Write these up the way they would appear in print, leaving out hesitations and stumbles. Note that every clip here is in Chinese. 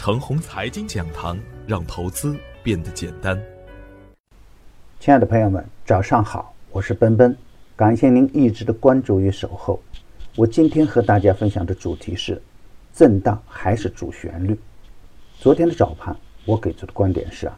腾宏财经讲堂，让投资变得简单。 亲爱的朋友们，早上好，我是奔奔，感谢您一直的关注与守候。我今天和大家分享的主题是震荡还是主旋律。昨天的早盘我给出的观点是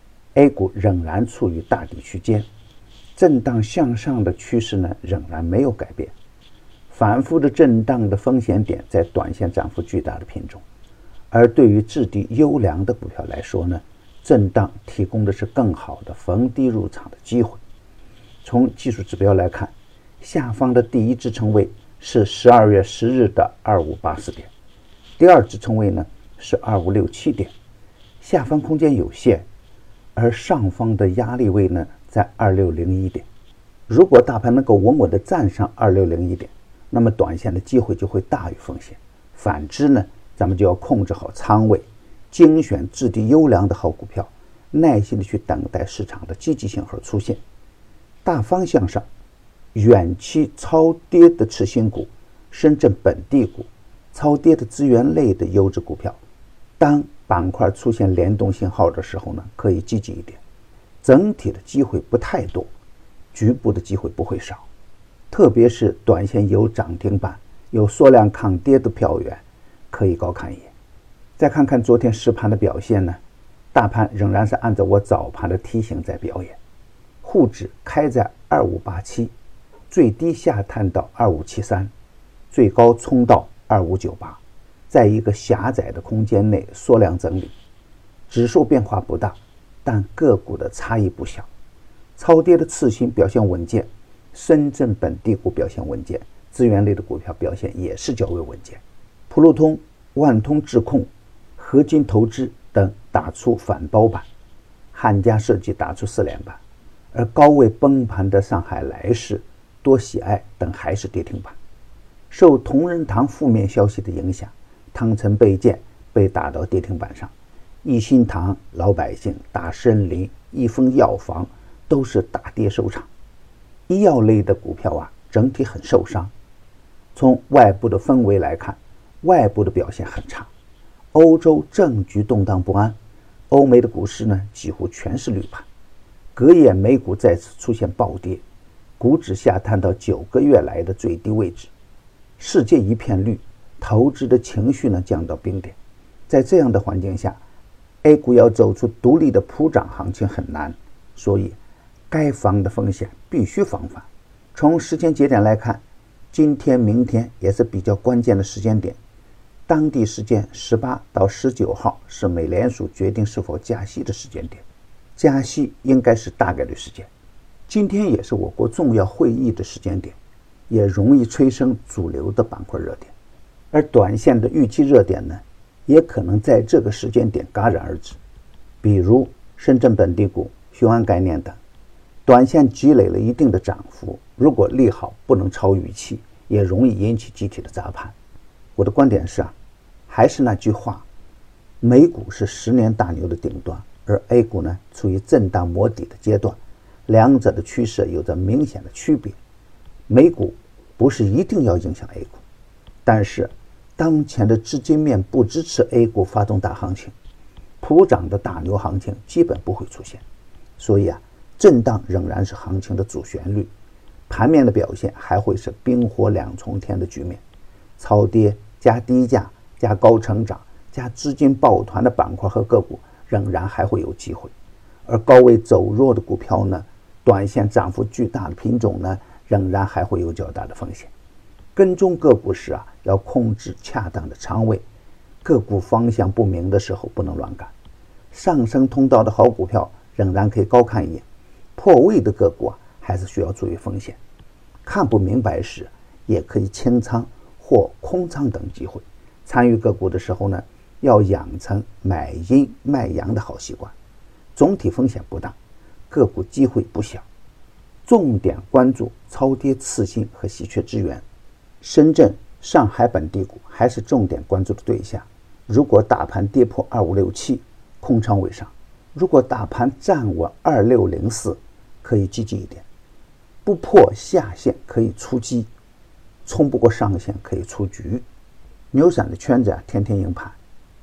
A 股仍然处于大底区间，震荡向上的趋势呢仍然没有改变，反复的震荡的风险点在短线涨幅巨大的品种，而对于质地优良的股票来说呢，震荡提供的是更好的逢低入场的机会。从技术指标来看，下方的第一支撑位是12月10日的2584点，第二支撑位呢是2567点，下方空间有限，而上方的压力位呢在2601点。如果大盘能够稳稳地站上2601点，那么短线的机会就会大于风险。反之呢，咱们就要控制好仓位，精选质地优良的好股票，耐心的去等待市场的积极信号出现。大方向上，远期超跌的次新股、深圳本地股、超跌的资源类的优质股票，当板块出现联动信号的时候呢，可以积极一点。整体的机会不太多，局部的机会不会少，特别是短线有涨停板、有缩量抗跌的票源，可以高看一眼。再看看昨天实盘的表现呢，大盘仍然是按照我早盘的提醒在表演，沪指开在2587，最低下探到2573，最高冲到2598，在一个狭窄的空间内缩量整理，指数变化不大，但个股的差异不小。超跌的次新表现稳健，深圳本地股表现稳健，资源类的股票表现也是较为稳健。普路通、万通智控、合金投资等打出反包板，汉家设计打出4连板，而高位崩盘的上海来世、多喜爱等还是跌停板。受同仁堂负面消息的影响，汤臣倍健被打到跌停板上，益心堂、老百姓、大森林、益丰药房都是大跌收场。医药类的股票整体很受伤。从外部的氛围来看，外部的表现很差，欧洲政局动荡不安，欧美的股市呢几乎全是绿盘，隔夜美股再次出现暴跌，股指下探到9个月来的最低位置，世界一片绿，投资的情绪呢降到冰点。在这样的环境下， A 股要走出独立的普涨行情很难，所以该防的风险必须防范。从时间节点来看，今天明天也是比较关键的时间点，当地时间18到19号是美联储决定是否加息的时间点，加息应该是大概率事件。今天也是我国重要会议的时间点，也容易催生主流的板块热点，而短线的预期热点呢，也可能在这个时间点戛然而止。比如深圳本地股、雄安概念等，短线积累了一定的涨幅，如果利好不能超预期，也容易引起集体的砸盘。我的观点是还是那句话，美股是10年大牛的顶端，而 A 股呢处于震荡摸底的阶段，两者的趋势有着明显的区别。美股不是一定要影响 A 股，但是当前的资金面不支持 A 股发动大行情，普涨的大牛行情基本不会出现，所以震荡仍然是行情的主旋律。盘面的表现还会是冰火两重天的局面，超跌加低价加高成长加资金抱团的板块和个股仍然还会有机会，而高位走弱的股票呢，短线涨幅巨大的品种呢，仍然还会有较大的风险。跟踪个股时要控制恰当的仓位，个股方向不明的时候不能乱干。上升通道的好股票仍然可以高看一眼，破位的个股还是需要注意风险。看不明白时也可以清仓或空仓等机会。参与个股的时候呢，要养成买阴卖阳的好习惯。总体风险不大，个股机会不小，重点关注超跌次新和稀缺资源。深圳、上海本地股还是重点关注的对象。如果大盘跌破2567，空仓为上；如果大盘站稳2604，可以积极一点。不破下限可以出击，冲不过上限可以出局。牛散的圈子天天赢盘，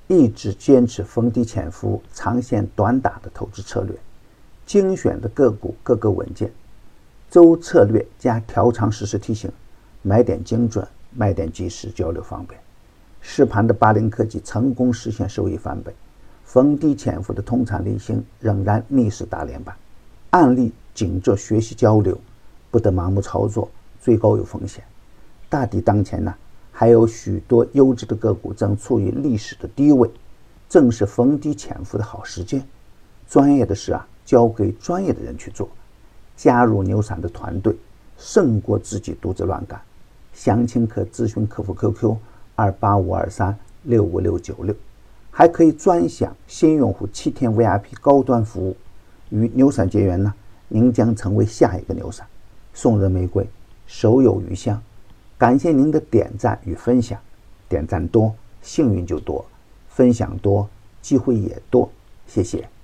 一直坚持逢低潜伏、长线短打的投资策略，精选的个股个个稳健，周策略加调长实时提醒，买点精准，卖点及时，交流方便。实盘的80科技成功实现收益翻倍，逢低潜伏的通产利兴仍然逆势大连板。案例紧着学习交流，不得盲目操作，最高有风险。大敌当前呢，还有许多优质的个股正处于历史的低位，正是逢低潜伏的好时间。专业的事交给专业的人去做，加入牛散的团队，胜过自己独自乱干。详情可咨询客服 QQ28523-65696，还可以专享新用户7天 VIP 高端服务。与牛散结缘呢，您将成为下一个牛散。送人玫瑰，手有余香。感谢您的点赞与分享，点赞多，幸运就多；分享多，机会也多。谢谢。